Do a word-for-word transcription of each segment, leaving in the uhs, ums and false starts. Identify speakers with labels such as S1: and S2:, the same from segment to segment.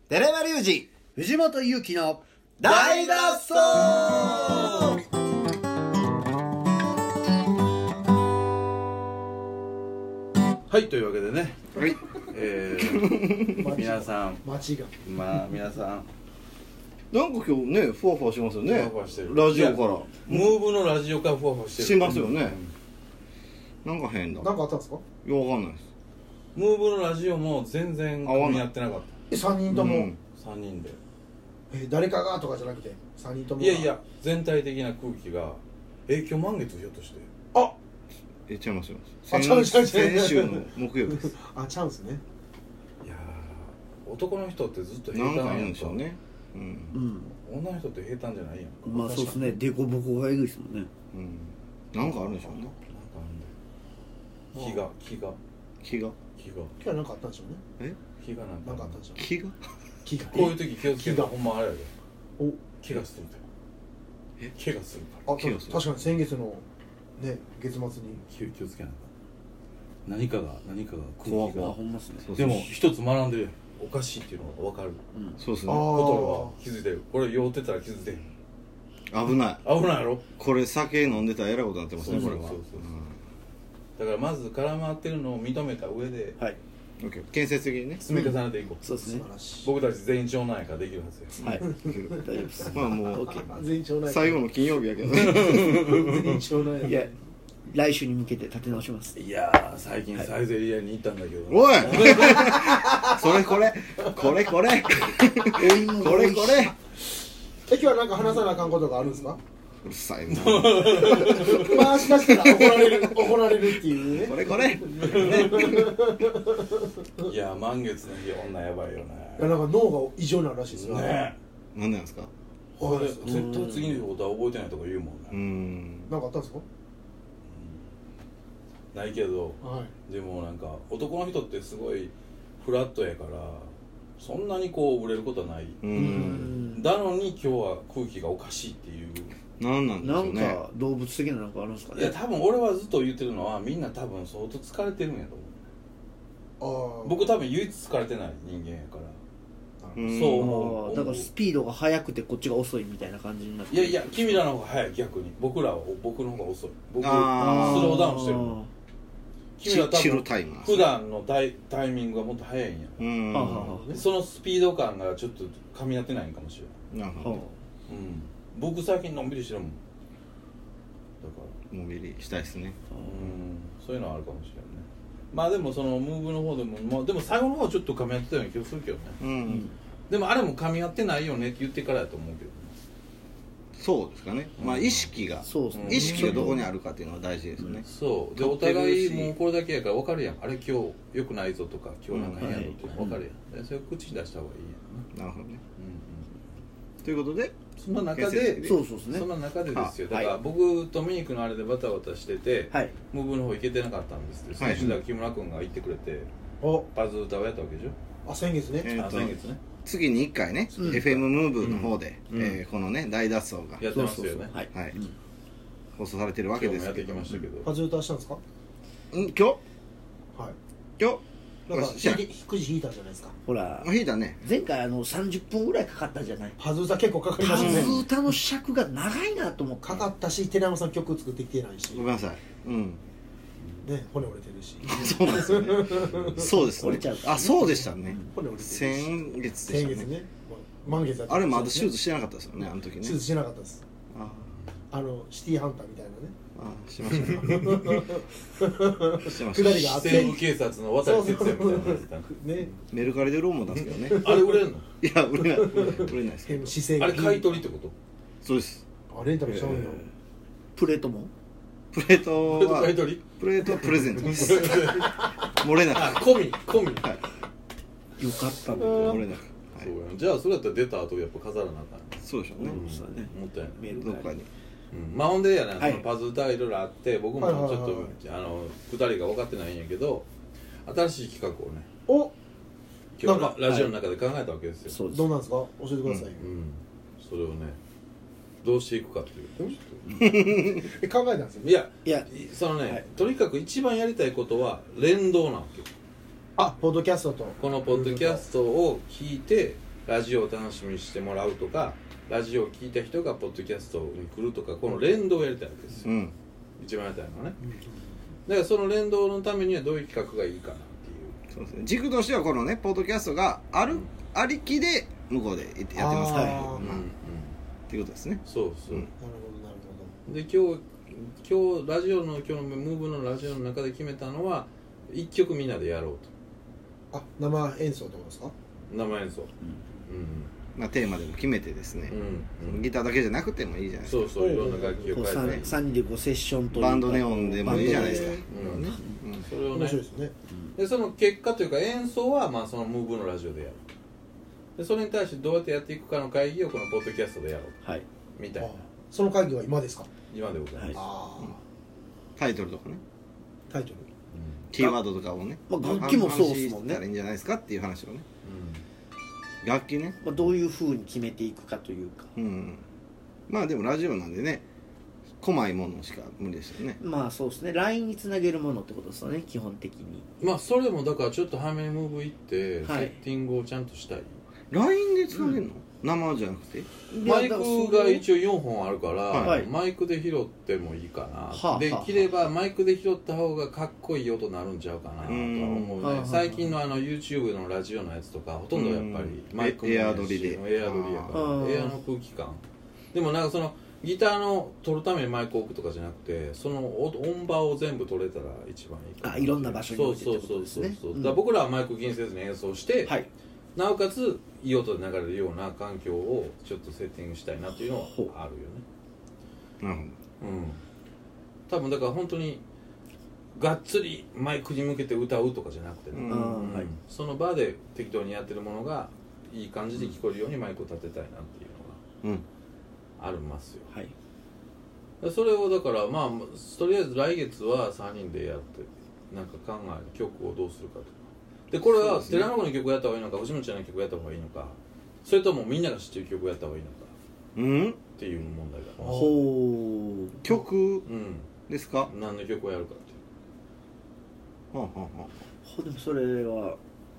S1: 寺山隆二
S2: 藤本勇樹の
S1: 大脱走。
S3: はい、というわけでね、はい、えー、皆さん
S2: 街が
S3: まあ皆さん
S4: なんか今日ねふわふわしますよね。
S3: ふわふわしてる
S4: ラジオから
S3: ムーブのラジオからふわふわしてる
S4: しますよね、うん、なんか変だ。
S2: なんかあったんですか？
S4: いやわかんないです。
S3: ムーブのラジオも全然噛み合ってなかった。
S2: えさんにんとも、うん、
S3: さんにんで
S2: え誰かがとかじゃなくてさんにんとも。
S3: いやいや全体的な空気がえ今日満月ひょっとして
S2: あ
S4: えちゃいますよ。
S2: あちゃうちゃうちゃう
S4: 先週の木曜日です
S2: あちゃうんですね。
S3: いや男の人ってずっと平坦
S4: なんか言うんでしょうね。うん、
S3: 女の人って平坦じゃないやんか。
S5: まあそうですね。デコボコがエグいですもんね。
S4: うん、なんかあるんでしょうね。
S3: なんかあるんだよ。気が気が
S4: 気が
S2: 気が気がなんかあったんでしょうね。
S4: え
S3: 気がなんか
S2: なんかあったんでしょうね。
S4: 気が
S2: 気が
S3: こういう時気をつけたらほんまあれやで。
S2: お
S3: 気がするで。え気がする
S2: から。あ確かに先月のね月末に
S3: 気をつけなかった。何かが何かが
S5: 空気がほんますね。
S3: でも一つ学んでるやん。おかしいっていうのが分かる、
S4: うん、そうですね。
S3: ことは気づいてる。これ酔ってたら気づいてる。
S4: 危ない
S3: 危ないやろ。
S4: これ酒飲んでたらえらいことになってますね。これは
S3: そうそうそう、うん、だからまず絡まってるのを認めた上で、
S4: はい、OK、建設的にね
S3: 積み重ねていこう、
S5: うん、そうですね。
S3: 僕たち全員町内からできるはずです。
S5: はい大丈夫です。
S4: まあもう、
S2: OK、全員町内
S4: 最後の金曜日やけどね
S2: 全員町内
S5: いや来週に向けて立て直します。
S3: いやー最近サイゼリヤに行ったんだけど、
S4: おいそれこれこれこれこれこれえ
S2: 今日はなんか話さなあかんことがあるんですか？
S4: うるさいもう
S2: 回し出したら怒られる怒られるっていうね。
S4: これこれ
S3: いや満月の日女やばいよね。
S2: いやなんか脳が異常になるらしいですよ
S3: ね。
S4: 何なんですか？
S3: これ絶対次のことは覚えてないとか言うもんね。
S4: うん、
S2: なんかあったんですか？
S3: ないけど、
S2: はい、
S3: でもなんか男の人ってすごいフラットやからそんなにこう売れることはない。
S4: うん、
S3: だのに今日は空気がおかしいっていう。
S4: なんなんでしょうね。
S5: なんか動物的ななんかあるんですかね。
S3: いや多分俺はずっと言ってるのはみんな多分相当疲れてるんやと思う。あ僕多分唯一疲れてない人間やから。うん、そう思う。
S5: だからスピードが速くてこっちが遅いみたいな感じになって。
S3: いやいや君らの方が速い。逆に僕らは僕の方が遅い。僕スローダウンしてるもん。君ら多分普段のタイ、タイミングがもっと速いんや。うん、そのスピード感がちょっと噛み合ってないんかもしれない。なるほど。うん、僕最近のんびりしてるもん。だから
S4: のんびりしたいですね。
S3: うん、そういうのはあるかもしれないね。まあでもそのムーブの方でも、まあ、でも最後の方はちょっと噛み合ってたような気がするけどね。うん、うん、でもあれも噛み合ってないよねって言ってからやと思うけど。
S4: そうですかね。まあ意識が、そうですね、意識がどこにあるかっていうのは大事ですよね。うん、そうでお互いもうこれだけやから分かるやん。あれ今日良くないぞとか今日なんか変やろって分かるやん。うん、それを口に出した方がいいやん。なるほどね。うんうん、ということでその中でそうそうですね。その中でですよ。だから僕とミニクのあれでバタバタしてて、はい、ムーブの方行けてなかったんですって。先週だ木村君が行ってくれて、おパズ歌をやったわけでしょ。
S2: あ先月ね。
S3: あ先月ね。
S4: 次にいっかいね、うん、エフエム ムーブの方で、うんえー、このね大脱走が
S3: やってますよね。はい、はい
S4: うん、放送されてるわけですけど。
S3: やってきましたけど。
S2: パズ歌したんですか？
S4: うん今日？はい。今日？
S2: なんかくじ引いたじゃないですか。
S5: ほら
S4: 引いたね。
S5: 前回あのさんじゅっぷんぐらいかかったじゃない。
S2: パズ歌結構かかりましたね。
S5: パズ歌の尺が長いなと思って。
S2: かかったし寺山さん曲作ってきてないし。
S4: ごめんなさい。うん
S2: ね、骨折れてるし。
S4: そうなんですよね。そうですね。あ、そうでしたね。
S2: 骨折れてるし。
S4: 先月でしたね。
S2: 先月ね。満月だった。
S4: あれまだ手術してなかったですよね、あの時ね。
S2: 手術してなかったです。ああのシティハンターみたいなね。
S4: ああ、しました。してました。
S2: 下りがあって。
S3: 西部警察の渡哲也みたいなやつね。
S4: メルカリでローンも出すけどね。
S3: あれ売れんの？
S4: いや、売れない。売れないです。
S3: あれ買い取りってこと？
S4: そうです。
S2: あ、レンタルしちゃうんよ。
S5: プレートも？
S4: プレートは
S3: 買い取り？
S4: プレートはプレゼントです。漏れなく。
S3: あ、込み込み。
S5: はい。よかったね。
S4: 漏れなく。
S3: そうやん。じゃあそれだったら出た後やっぱ飾らなあかん。
S4: そうでしょうね。
S3: そうだね。もったいない。
S4: メールどっかに。
S3: まあほんでやな、そのパズ歌いろいろあって僕もちょっとあのふたりが分かってないんやけど新しい企画をね。
S2: お。
S3: 今日ラジオの中で考えたわけですよ。
S2: そうです。どうなんですか？教えてください。うん。
S3: それをね。どうしていくかっていう
S2: え考えたんですよ。
S3: いやいやそのね、はい、とにかく一番やりたいことは連動なわけ。
S2: あポッドキャストと
S3: このポッドキャストを聞いて、 ラジオを楽しみにしてもらうとかラジオを聞いた人がポッドキャストに来るとかこの連動をやりたいわけですよ、うん、一番やりたいのはね、うん、だからその連動のためにはどういう企画がいいかなっていう
S4: そうですね軸としてはこのねポッドキャストがある、うん、ありきで向こうでやってますから、ね、うんうん、っていうことですね
S3: そうそう、うん、
S2: なるほどなるほど
S3: で今日今日ラジオの今日のムーブのラジオの中で決めたのはいっきょくみんなでやろう
S2: とあ生演奏ってことですか
S3: 生演奏、うんうん
S4: まあ、テーマでも決めてですね、うんうん、ギターだけじゃなくてもいいじゃないですか
S3: そうそういろんな楽器を変えて、ね、
S5: さんにんでこうセッションという
S4: バンドネオンでもいいじゃないですか、うんね
S3: うん、それをね
S2: 面白いですね
S3: でその結果というか演奏はまあそのムーブのラジオでやるでそれに対してどうやってやっていくかの会議をこのポッドキャストでやろう、はい、みたいな
S2: その会議は今ですか
S3: 今でございます、はい
S2: あ
S4: タイトルとかね
S2: タイトル、うん、
S4: キーワードとかをね、
S5: まあ、楽器もそうですもんね
S4: 話したらいいんじゃないですかっていう話をね、うん、楽器ね、
S5: まあ、どういう風に決めていくかというか、
S4: うん、まあでもラジオなんでね細いものしか無理ですよね
S5: まあそうですね ライン につなげるものってことですよね基本的に
S3: まあそれもだからちょっと早めにムーブいって、はい、セッティングをちゃんとしたい
S4: ライン でつなげるの、うん生じゃなくて
S3: マイクが一応よんほんあるから、はい、マイクで拾ってもいいかな、はあ、できればマイクで拾った方がかっこいい音になるんちゃうかなとは思うね、はあ、最近のあの YouTube のラジオのやつとかほとんどやっぱりマイクの
S4: エアドリで
S3: エアドリやからエアの空気感でもなんかそのギターの取るためにマイクを置くとかじゃなくてその音場を全部取れたら一番いいかな
S5: あいろんな場所に置いてってことですね
S3: そうそうそうそう、うん、だから僕らはマイク気にせずに演奏して、はいなおかついい音で流れるような環境をちょっとセッティングしたいなっていうのはあるよね
S4: なるほど、うん、
S3: 多分だから本当にがっつりマイクに向けて歌うとかじゃなくてね、うんはい、その場で適当にやってるものがいい感じで聞こえるようにマイクを立てたいなっていうのがありますよ、はい、それをだからまあとりあえず来月はさんにんでやってなんか考える曲をどうするかとかでこれは寺の子の曲をやった方がいいのか藤本ちゃんの曲をやった方がいいのかそれともみんなが知ってる曲をやった方がいいのかうんっていう問題が
S4: ほう曲、うん、ですか
S3: 何の曲をやるかっていう
S5: はあはあはあでもそれは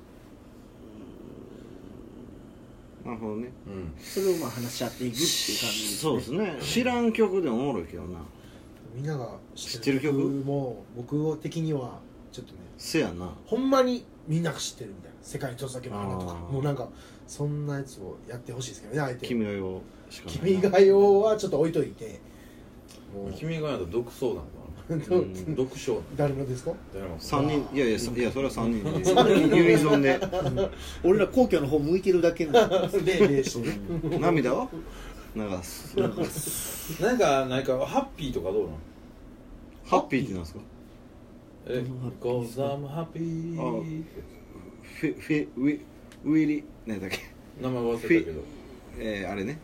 S4: なるほどね、
S5: うん、それをまあ話し合っていくっていう感じですね
S4: そうですね知らん曲でもおもろいけどな
S2: みんなが知ってる曲も僕的にはちょっとね
S4: せやな
S2: ほんまにみんなが知ってるみたいな世界に一つだけの花とかもうなんかそんなやつをやってほしいですけどね相手
S4: 君が代しかない
S2: 君が代はちょっと置いといて
S3: もう君が代だと独走なのかな独唱
S2: 誰のですか
S4: さんにんいやいやいやそれはさんにんでさんにんユニゾンで、
S5: うん、俺ら皇居の方向いてるだけの
S2: 例例して
S4: ね涙を流す流す
S3: なんかなんかハッピーとかどうなの
S4: ハッピーってなんですか
S3: え Cause I'm happy
S4: フェフェウィウィリ何だっけ
S3: 名前忘れたけど
S4: えー、あれね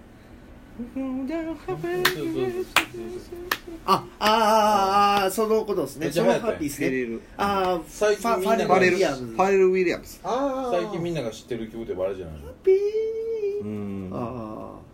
S5: あああそのことですねそのハッピーですねああ
S3: 最近みんなが
S4: ファレル・ウィリアムズ
S3: あ最近みんなが知ってる曲でもあれじゃないの
S5: ハッピー
S4: うん
S5: ああ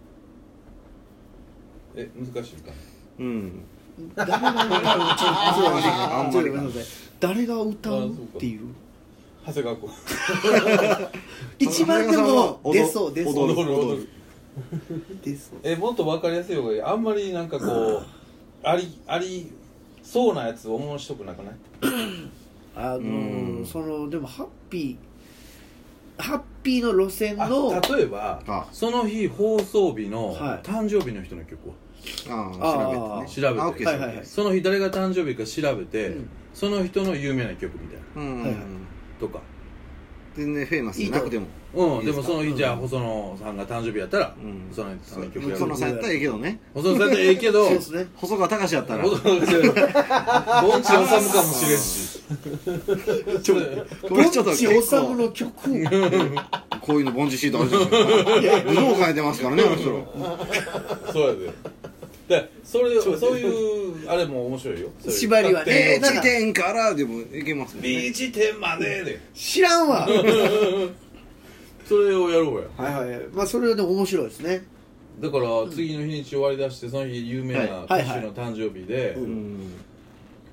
S3: え難しいかな
S4: うん
S5: 誰が歌う誰が歌うっていう
S3: 長谷川君
S5: 一番でも出そう出そう
S3: 踊る踊る
S5: 出そう
S3: えもっと分かりやすい方がいいあんまりなんかこうありありそうなやつ面白くなくない
S5: あのそのでもハッピーハッピーの路線の
S3: 例えばその日放送日の誕生日の人の曲を
S4: ああ
S3: 調べてね調べて、はいはいはい、その日誰が誕生日か調べて、うん、その人の有名な曲みたいな、うんはいはい、とか
S4: 全然フェイマスじゃなくても
S3: うんでもその日じゃあ細野さんが誕生日やったら、うん、そのその曲やる
S4: 細野さんやったらええけどね
S3: 細野さんやったらええけどそう
S5: ですね
S4: 細川隆やったら
S3: 細川隆盆地治むかもしれんし
S5: ちょ盆地治の曲
S4: こういうの盆地シートあるじゃないですか武道館出ますからねあの人
S3: そうやででそれそういうあれも面白いよ
S5: 縛りはね
S4: ビーチ店からでもいけますね
S3: ビーチ店までで
S5: 知らんわ
S3: それをやろう
S5: やはいはいまあそれはでも面白いですね
S3: だから次の日にちを割り出してその日有名な歌手の誕生日で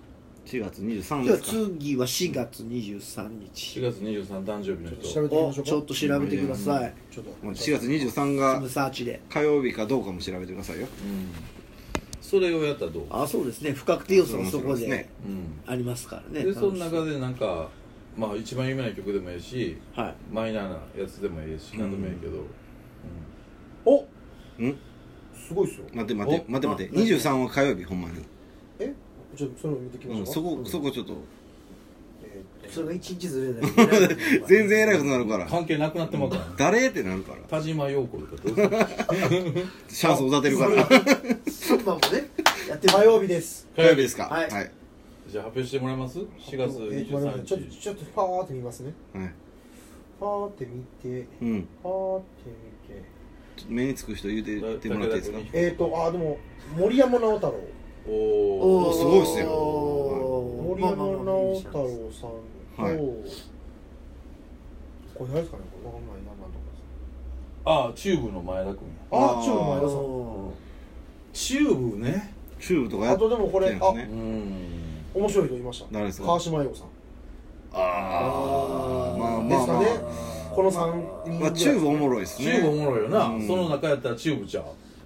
S4: しがつにじゅうさんですか。
S5: じゃあ次はしがつにじゅうさんにち
S3: しがつにじゅうさん誕生日の人
S2: 調べてみましょうか。
S5: ちょっと調べてください。
S2: ちょっと
S4: しがつにじゅうさんが
S5: スムサーチで
S4: 火曜日かどうかも調べてくださいよ。
S3: うんそれをやったらどう？
S5: あそうですね不確定要素がそこ
S4: そうですね
S5: でありますからね。
S3: でその中でなんかまあ一番有名な曲でもいいし、
S5: はい、
S3: マイナーなやつでもいいし何でもいいけど、
S2: お
S4: ん
S2: すごいっすよ。
S4: 待って待って待って待ってにじゅうさんは火曜日ほんまに。
S2: えちょっとそれを見てきましょうか。
S4: そこそこちょっと
S5: それが一日ずれない
S4: 全然偉いことになるから
S3: 関係なくなってもらうから
S4: 誰ってなるから
S3: 田島陽子とかどうす
S4: シャンソン歌ってるから
S5: そんなんもねやって
S2: 火曜日です。
S4: 火曜日ですか。
S5: はい
S4: はい
S3: じゃあ発表してもらえます？しがつにじゅうさんにち
S2: ちょっとちょっとファーって見ますね。
S4: はい
S2: ファーって見て
S4: うん
S2: ファーって見て
S4: ちょっと目につく人言うて言ってもらっていいですか。
S2: えーとあでも森山直太朗
S3: お
S4: お
S3: お
S4: すごいっすよ
S2: 森山直太朗さんと、
S4: はい
S2: これ誰ですかね、これわかんないな、なんとかです。
S3: ああチューブの前田君
S2: あ、チューブ前田さん。
S3: チューブね
S4: チューブとかやって
S2: あとでもこれ、あ、
S3: うん
S2: 面白い人いました。
S4: 誰ですか。
S2: 川島英語さん。
S4: ああまあ
S2: ですか
S4: まあまあ
S2: ね。このさんにん
S4: まあチューブおもろいですね。
S3: チューブおもろいよな、
S4: うん
S3: その中やったらチューブちゃう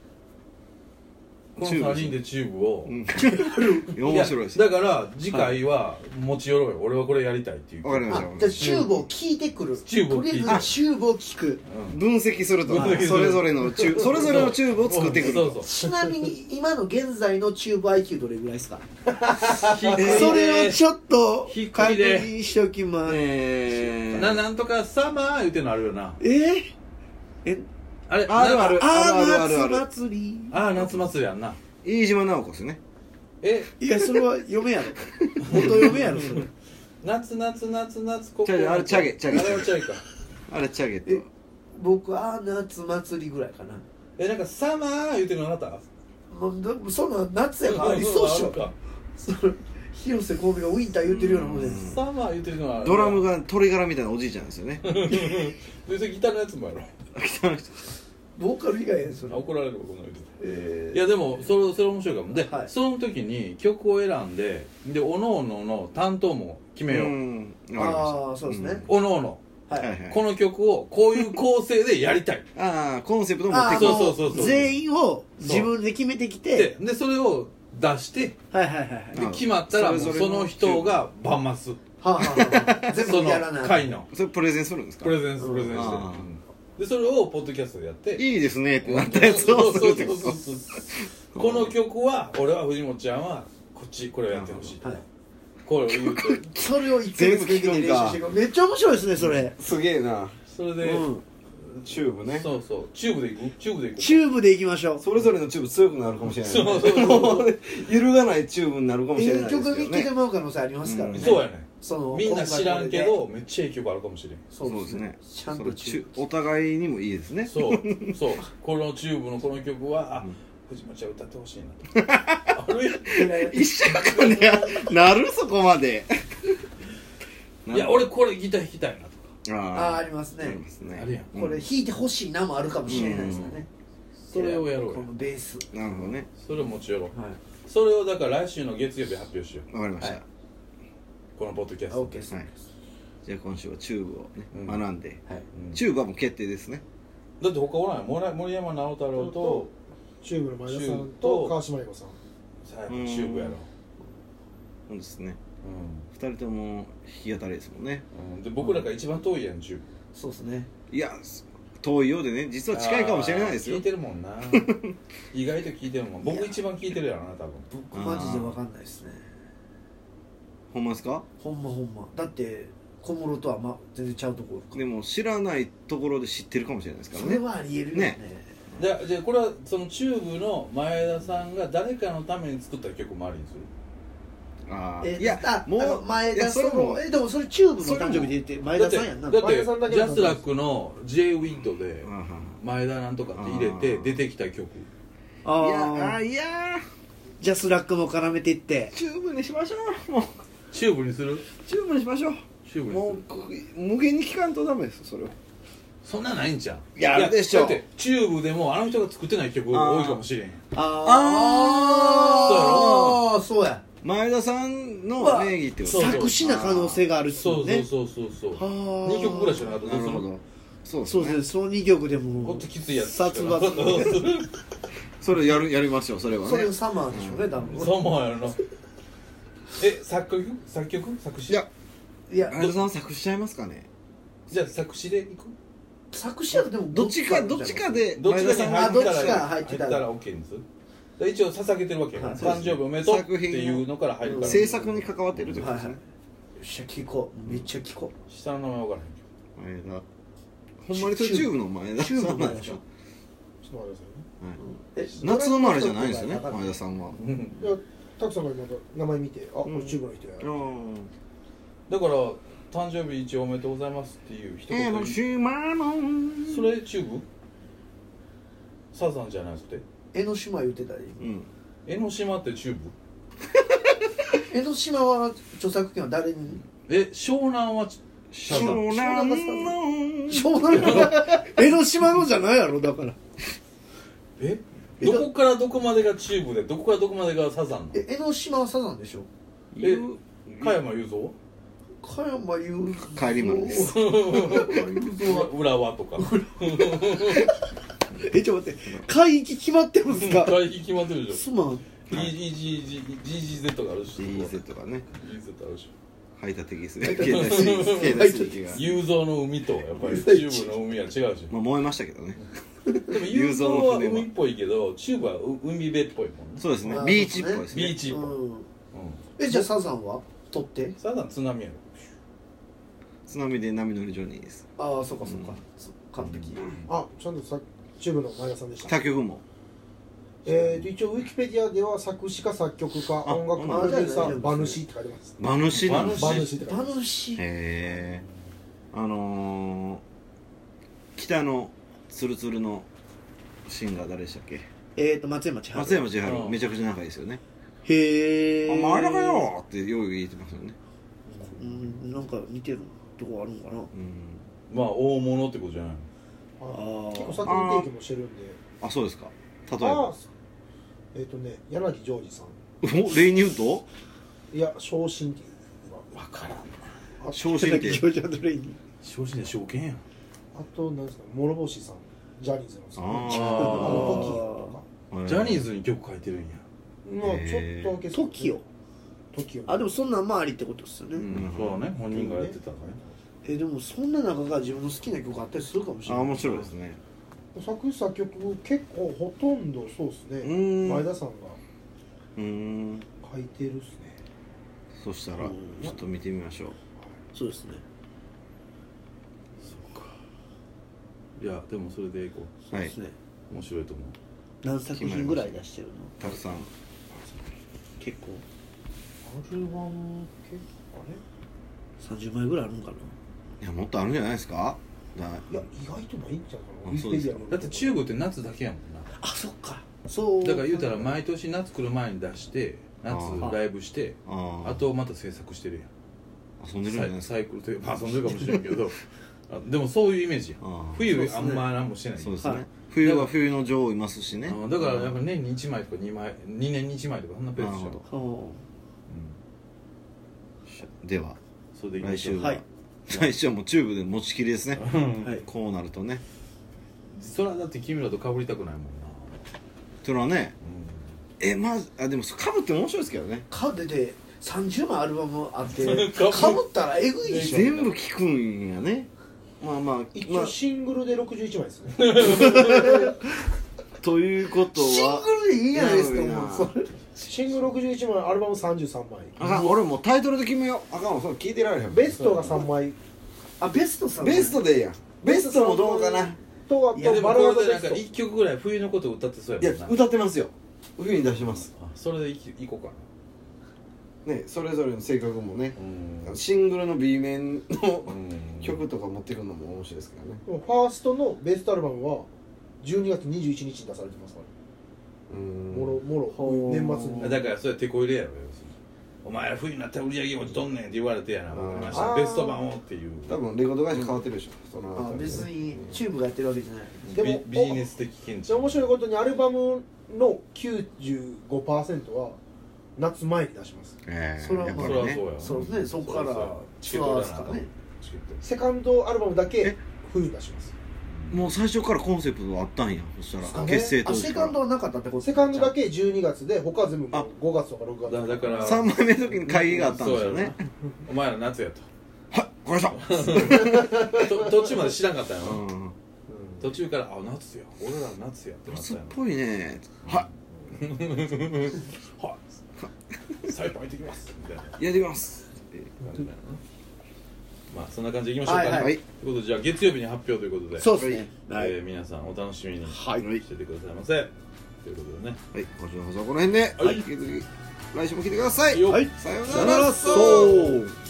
S3: このさんにんでチューブを、
S4: うん
S3: いや
S4: 面白いです。
S3: だから次回は持ち寄ろうよ、俺はこれやりたいっていう
S4: わかりました。
S5: あじゃあチューブを聞いてくる
S3: チューブを聞いて
S5: とりあえずチューブを聞く
S4: 分析すると
S3: 分析する
S4: それぞれのチューそれぞれのチューブを作ってくると。
S3: そうそう
S5: ちなみに今の現在のチューブ アイキュー どれぐらいですか
S3: 低いね
S5: それをちょっと
S3: 低いね
S5: 確認しておきます
S4: えー
S3: ななんとかサマー言うてんのあるよな
S5: えーえ
S3: あれ
S4: あるある
S5: あ
S4: あるあるあ
S5: ー
S4: る
S5: 夏祭り
S3: ああ夏祭りやんな
S4: 飯島直子ですね。
S3: え
S5: いやそれは嫁やろ元嫁やろそれ
S3: 夏夏夏夏ここ
S4: チャゲあれチャゲチャゲ
S3: あれはチャゲか
S4: あれチャゲ
S5: え
S4: と
S5: 僕あー夏祭りぐらいかな
S3: えなんかサマー言うてんのあなた
S5: もうでもそんな夏やからありそうっしょ
S3: んか
S5: それ広瀬香美がウィンター言ってるようなもんです
S3: サマー言うてるのは
S4: ドラムが鶏ガラみたいなおじいちゃんですよね。
S3: でそれギターのやつもやろ
S4: 北の人
S5: ボーカル以外やそれ
S3: 怒られるわこんなの言うて
S5: え
S3: いやでもそれそれ面白いかもで、
S5: はい
S3: その時に曲を選んででおのおのの担当も決めよう、
S4: うん
S5: ー、
S4: わかりました。
S5: ああそうですね、
S3: おのおの
S5: はい、
S4: はいはい
S3: この曲をこういう構成でやりたい
S4: ああコンセプトを持って
S5: あー
S4: くる。
S3: そうそうそうそう
S5: 全員を自分で決めてきて
S3: ででそれを出して
S5: はいはいはいはい
S3: で決まったらもう
S4: それぞれの
S3: その人がバンマス
S5: はあ、はあはあ、全
S3: その
S5: 部やらない
S3: 回の
S4: それプレゼンするんですか。
S3: プレゼンスプレゼンして、
S4: あー
S3: うんでそれをポッドキャストでやって
S4: いいですねってなったやつをするってこ
S3: そうそうそうそうこの曲は俺は藤本ちゃんはこっちこれをやってほしい、
S5: はい
S3: これを言うて
S5: それをいっかげつかけて練習していくめっちゃ面白いですねそれ、
S4: と。すげえな。
S3: それで、
S5: うん、
S4: チューブね。
S3: そうそうチューブでいくチューブでいく
S5: チューブでいきましょう
S4: それぞれのチューブ強くなるかもしれない。
S3: そうそうそう
S4: 揺るがないチューブになるかもしれ
S5: ええ
S4: ないですけど
S5: 曲見つけて
S4: ね。
S5: もらう可能性ありますからね、
S4: うん
S3: そうやね
S5: その
S3: みんな知らんけどめっちゃいい曲あるかもしれん
S5: そう
S4: そうですね。
S5: ちゃん
S4: そ
S5: とチュー
S4: れチュお互いにもいいですね。
S3: そうそうこのチューブのこの曲はあ藤本ちゃん歌ってほしいなとあるやん
S4: 一週間でなるそこまで。
S3: いや俺これギター弾きたいなとか
S5: あああ
S4: あ
S5: りますね
S4: ありますね。
S3: あるやん
S5: これ弾いてほしいなもあるかもしれないですよね、
S3: それをやろうよ
S5: このベース
S4: なるほどね。
S3: それを持ち寄ろう
S5: はい
S3: それをだから来週の月曜日発表しよう
S4: わかりました。
S5: はい
S3: このポッドキャスト
S5: オッケーです、
S4: はいじゃあ今週はチューブをね
S3: うん
S4: 学んで、
S5: はい
S3: うん
S4: チューブはもう決定ですね。
S3: だって他おらんやん森森山直太朗と
S2: チューブの前田さん
S3: チューブ
S2: と
S3: と
S2: 川島英語さん。
S3: さやかチューブやろ
S4: そうですね。
S3: う
S4: 二人とも弾き語りですもんね。
S3: ん、うん、で僕らが一番遠いやんチューブ
S5: そうですね
S4: いや遠いようでね実は近いかもしれないですよ
S3: あー聞い。てるもんな意外と聞いてるもん僕一番聞いてるやろな多分
S5: 僕マジで分かんないですね
S4: ほんまですか？
S5: ほんまほんまだって小室とは、ま、全然ちゃうところか
S4: でも知らないところで知ってるかもしれないですからね。
S5: それはありえるよね
S4: ね
S3: じゃあじゃあこれはそのチューブの前田さんが誰かのために作った曲もありにする
S5: え
S4: あーいや
S5: あ
S4: もう
S5: あの前
S4: いや
S5: 田
S4: それも
S5: えでもそれチューブの誕生日で言って前田さんやんな
S3: だって
S2: 前田さんだけ
S3: ジ
S2: の
S3: ャスラックの J ウィットで
S4: うんうん
S3: 前田なんとかって入れて
S4: あー
S3: 出てきた曲
S5: あ
S4: いや
S5: あ
S4: あいや
S5: ジャスラックも絡めていって
S4: チューブにしましょうもう
S3: チューブにする
S4: チューブにしましょう
S3: チューブに
S4: も
S3: する
S4: う無限に聞かんとダメですそれは。
S3: そんなないんじゃん
S4: いやあるでしょ
S3: だってチューブでもあの人が作ってない曲多いかもしれん
S5: あ
S4: あ
S5: あそうや
S4: 前田さんの名義ってこと
S5: 作詞な可能性があるっすよね。
S3: そうそうそうそうにきょくぐらいしかなかった。
S4: なるほど。
S5: そうですね。そのにきょくでも
S3: もっときついやつ
S5: 殺伐
S4: それやるやりましょう。それはね。
S5: それサマーでしょうね、多分。
S3: サマーやな。え、作曲作曲作詞。
S4: いや
S5: いや、
S4: 前田さん作詞しちゃいますかね。
S3: じゃあ作詞でいく。
S5: 作詞はでも
S4: どっちかどっちかで
S3: どっちかに入ったら
S5: 入ってたら
S3: OK です。一応捧げてるわけよ。誕生日おめでとうっていうのから入るから。
S4: 制作に関わってるってことですね。
S5: よっしゃ聞こう。めっちゃ聞こ
S3: う。下の名前分からへんけど。
S4: 前田。ほんまにそれチューブの前田さんなんですか。
S2: ちょっと待ってくださいね。
S4: 夏生まれじゃないんですよね、前田さんは。
S2: いや、たくさんが今名前見て、あ、これチューブの人や。
S3: だから誕生日一応おめでとうございますっていう一言。
S4: 江ノ島の
S3: それチューブ？サザンじゃなくて？
S5: 江ノ島言ってたり。
S4: うん。
S3: 江ノ島ってチューブ？
S5: 江ノ島は著作権は誰に？
S3: え、湘南はシャザン。
S4: 湘南の
S5: 湘南の江ノ島のじゃないやろだから。
S3: え？どこからどこまでがチューブでどこからどこまでがサザンの？
S5: え、江ノ島はサザンでしょ。
S3: え、加山雄三？
S5: 加山雄
S4: 三帰り丸です。
S3: 浦和とか。
S5: え、ちょっと待って、海域決まってるんですか？
S3: 海域決まってるでしょ。
S5: すまん。
S3: イージージージージージーゼット があるし。
S4: イーゼット がね。
S3: イーゼット あるし。
S4: 排他的ですね。携帯水域が。
S3: 雄三の海とやっぱりチューブの海は違うし。
S4: まあ燃えましたけどね。
S3: でも雄三は海っぽいけどチューブは海辺っぽいもんね。
S4: そうですね。ビーチっぽいですね。
S3: ビーチっぽい。
S5: え、じゃあサザンは取って？
S3: サザン津波やろ。
S4: 津波で波乗りジョニーです。
S5: ああ、そうかそうか。完璧。
S2: あ、ちゃんとさチューブの前田さんでした。
S4: 他曲も。
S2: えーと一応ウィキペディアでは作詞家作曲家音楽プロデューサー馬主って書いてます。
S4: 馬主なんです。
S2: 馬主って書いてます。
S5: 馬主。
S4: へえ。あのー、北のツルツルのシンガー誰でしたっけ？
S5: えーと松山千春。
S4: 松山千春めちゃくちゃ仲いいですよね。
S5: へえ。
S4: あ、まああれかよってよく言ってますよね。
S5: うん、なんか似てるとこあるんかな。うん。
S3: まあ大物ってことじゃない。
S2: ああ。結構作品提供もしてるんで。
S4: あ、そうですか。例えば。
S2: えっとね、柳ジョージさん。
S4: お、レイニュート？
S2: いや、昇進っていう
S3: わからんな。
S4: 昇進って。
S5: ジョージアドレイニー。
S3: 昇進で証券やん。
S2: あと何ですか、諸星さん、ジャニーズのさん。あ
S3: あ
S2: の
S3: トキジャニーズに曲書いてるんや。
S2: まあちょっとだけ。
S5: トキオ。
S2: トキオ。
S5: あ、でもそんなんまあありってことですよね。
S3: そうね、本人がやってたね。
S5: え、でもそんな中が自分の好きな曲あったりするかもしれない。
S4: あ、面白いですね。
S2: 作詞作曲結構ほとんどそうですね。前田さんが書いてるっすね。
S4: そしたらちょっと見てみましょう。
S5: そうですね。
S3: そうか。いやでもそれでいこう。
S5: そうですね。
S3: 面白いと思う。
S5: 何作品ぐらい出してるの？
S4: たくさん。
S5: 結構。
S2: アルバム結構あれ？
S5: さんじゅうまいぐらいあるんかな。
S4: いやもっとあるんじゃないですか。
S2: いや意外とないんちゃうかな。
S4: そうですよ。
S3: だってチューブって夏だけやもんな。
S5: あ、そっか。そう。
S3: だから言うたら毎年夏来る前に出して夏ライブしてあとまた制作してるやん。
S4: 遊んでるんじゃないですか。
S3: サイクルというか遊んでるかもしれんけどでもそういうイメージやん。冬あんま何もしてない。
S4: そうですね。冬は冬の女王いますしね。
S3: だからやっぱ年にいちまいとかにまいにねんにいちまいとかそんなペースでしょ。
S4: では来週は。
S5: はい
S4: 最初はもうチューブで持ちきりですね。はい、こうなるとね。
S3: それはだって君らと被りたくないもんな。
S4: それはね、うん、えまあでも被って面白いですけどね。
S5: 被っててさんじゅうまいアルバムあって被ったらえぐいでしょ。
S4: 全部聴くんやね。まあまあ
S2: 一応シングルでろくじゅういちまいですね。
S4: ということは
S5: シングルでいいじゃないですか。もう
S2: シングルろくじゅういちまい、アルバムさんじゅうさんまい。
S4: あ、俺もうタイトルで決めよう。あかんわ、それ聞いてられへん。
S2: ベストがさんまい。
S5: あ、ベストさん
S4: ベストでいいやん。ベストもどうかな。
S2: とあと
S3: バラードでなんかいっきょくぐらい冬のこと歌ってそうやもんな。
S4: いや歌ってますよ。冬に出します。
S3: それでいこうか
S4: な。ね、それぞれの性格もね、シングルの B 面の曲とか持ってくるのも面白いですけどね。
S2: ファーストのベストアルバムはじゅうにがつにじゅういちにちに出されてますから。もろもろ年末に。
S3: だからそれは手こ入れやろよ。お前ら冬になったら売り上げ落ちとんねんって言われてやな。ベスト版をっていう。
S4: 多分レコード会社変わってるでしょ。その
S5: 別にチューブがやってるわけじゃない。
S2: でも
S3: ビジネス的見地。
S2: 面白いことにアルバムの きゅうじゅうごパーセント は夏前に出します。
S5: えー、それはまあね、そうですね、そこからツアーですからね。
S2: セカンドアルバムだけ冬に出します。
S4: もう最初からコンセプトはあったんや。そしたら結成当時
S5: セカンドはなかったってこと。
S2: セカンドだけじゅうにがつで、他は全部ごがつとかろくがつ
S3: だ。だから
S4: さんまいめの時に会議があったんですよね。
S3: お前ら夏やと。
S4: はい、わかりました。
S3: 途中まで知らんかったよ、うん、途中からあ夏や俺ら夏やってなった
S4: 夏っぽいね。はい
S3: はいサイパン行ってきますみたいな
S4: やってきます
S3: まあそんな感じでいきましょうかね、はいはい、ということでじゃあ月曜日に発表ということで
S5: そうですね、
S3: えーはい、皆さんお楽しみにしててくださいませ、はい、ということでね
S4: はい今週の放送はこの辺で、はい、来週も聞いてください。
S3: はい、
S4: さようなら。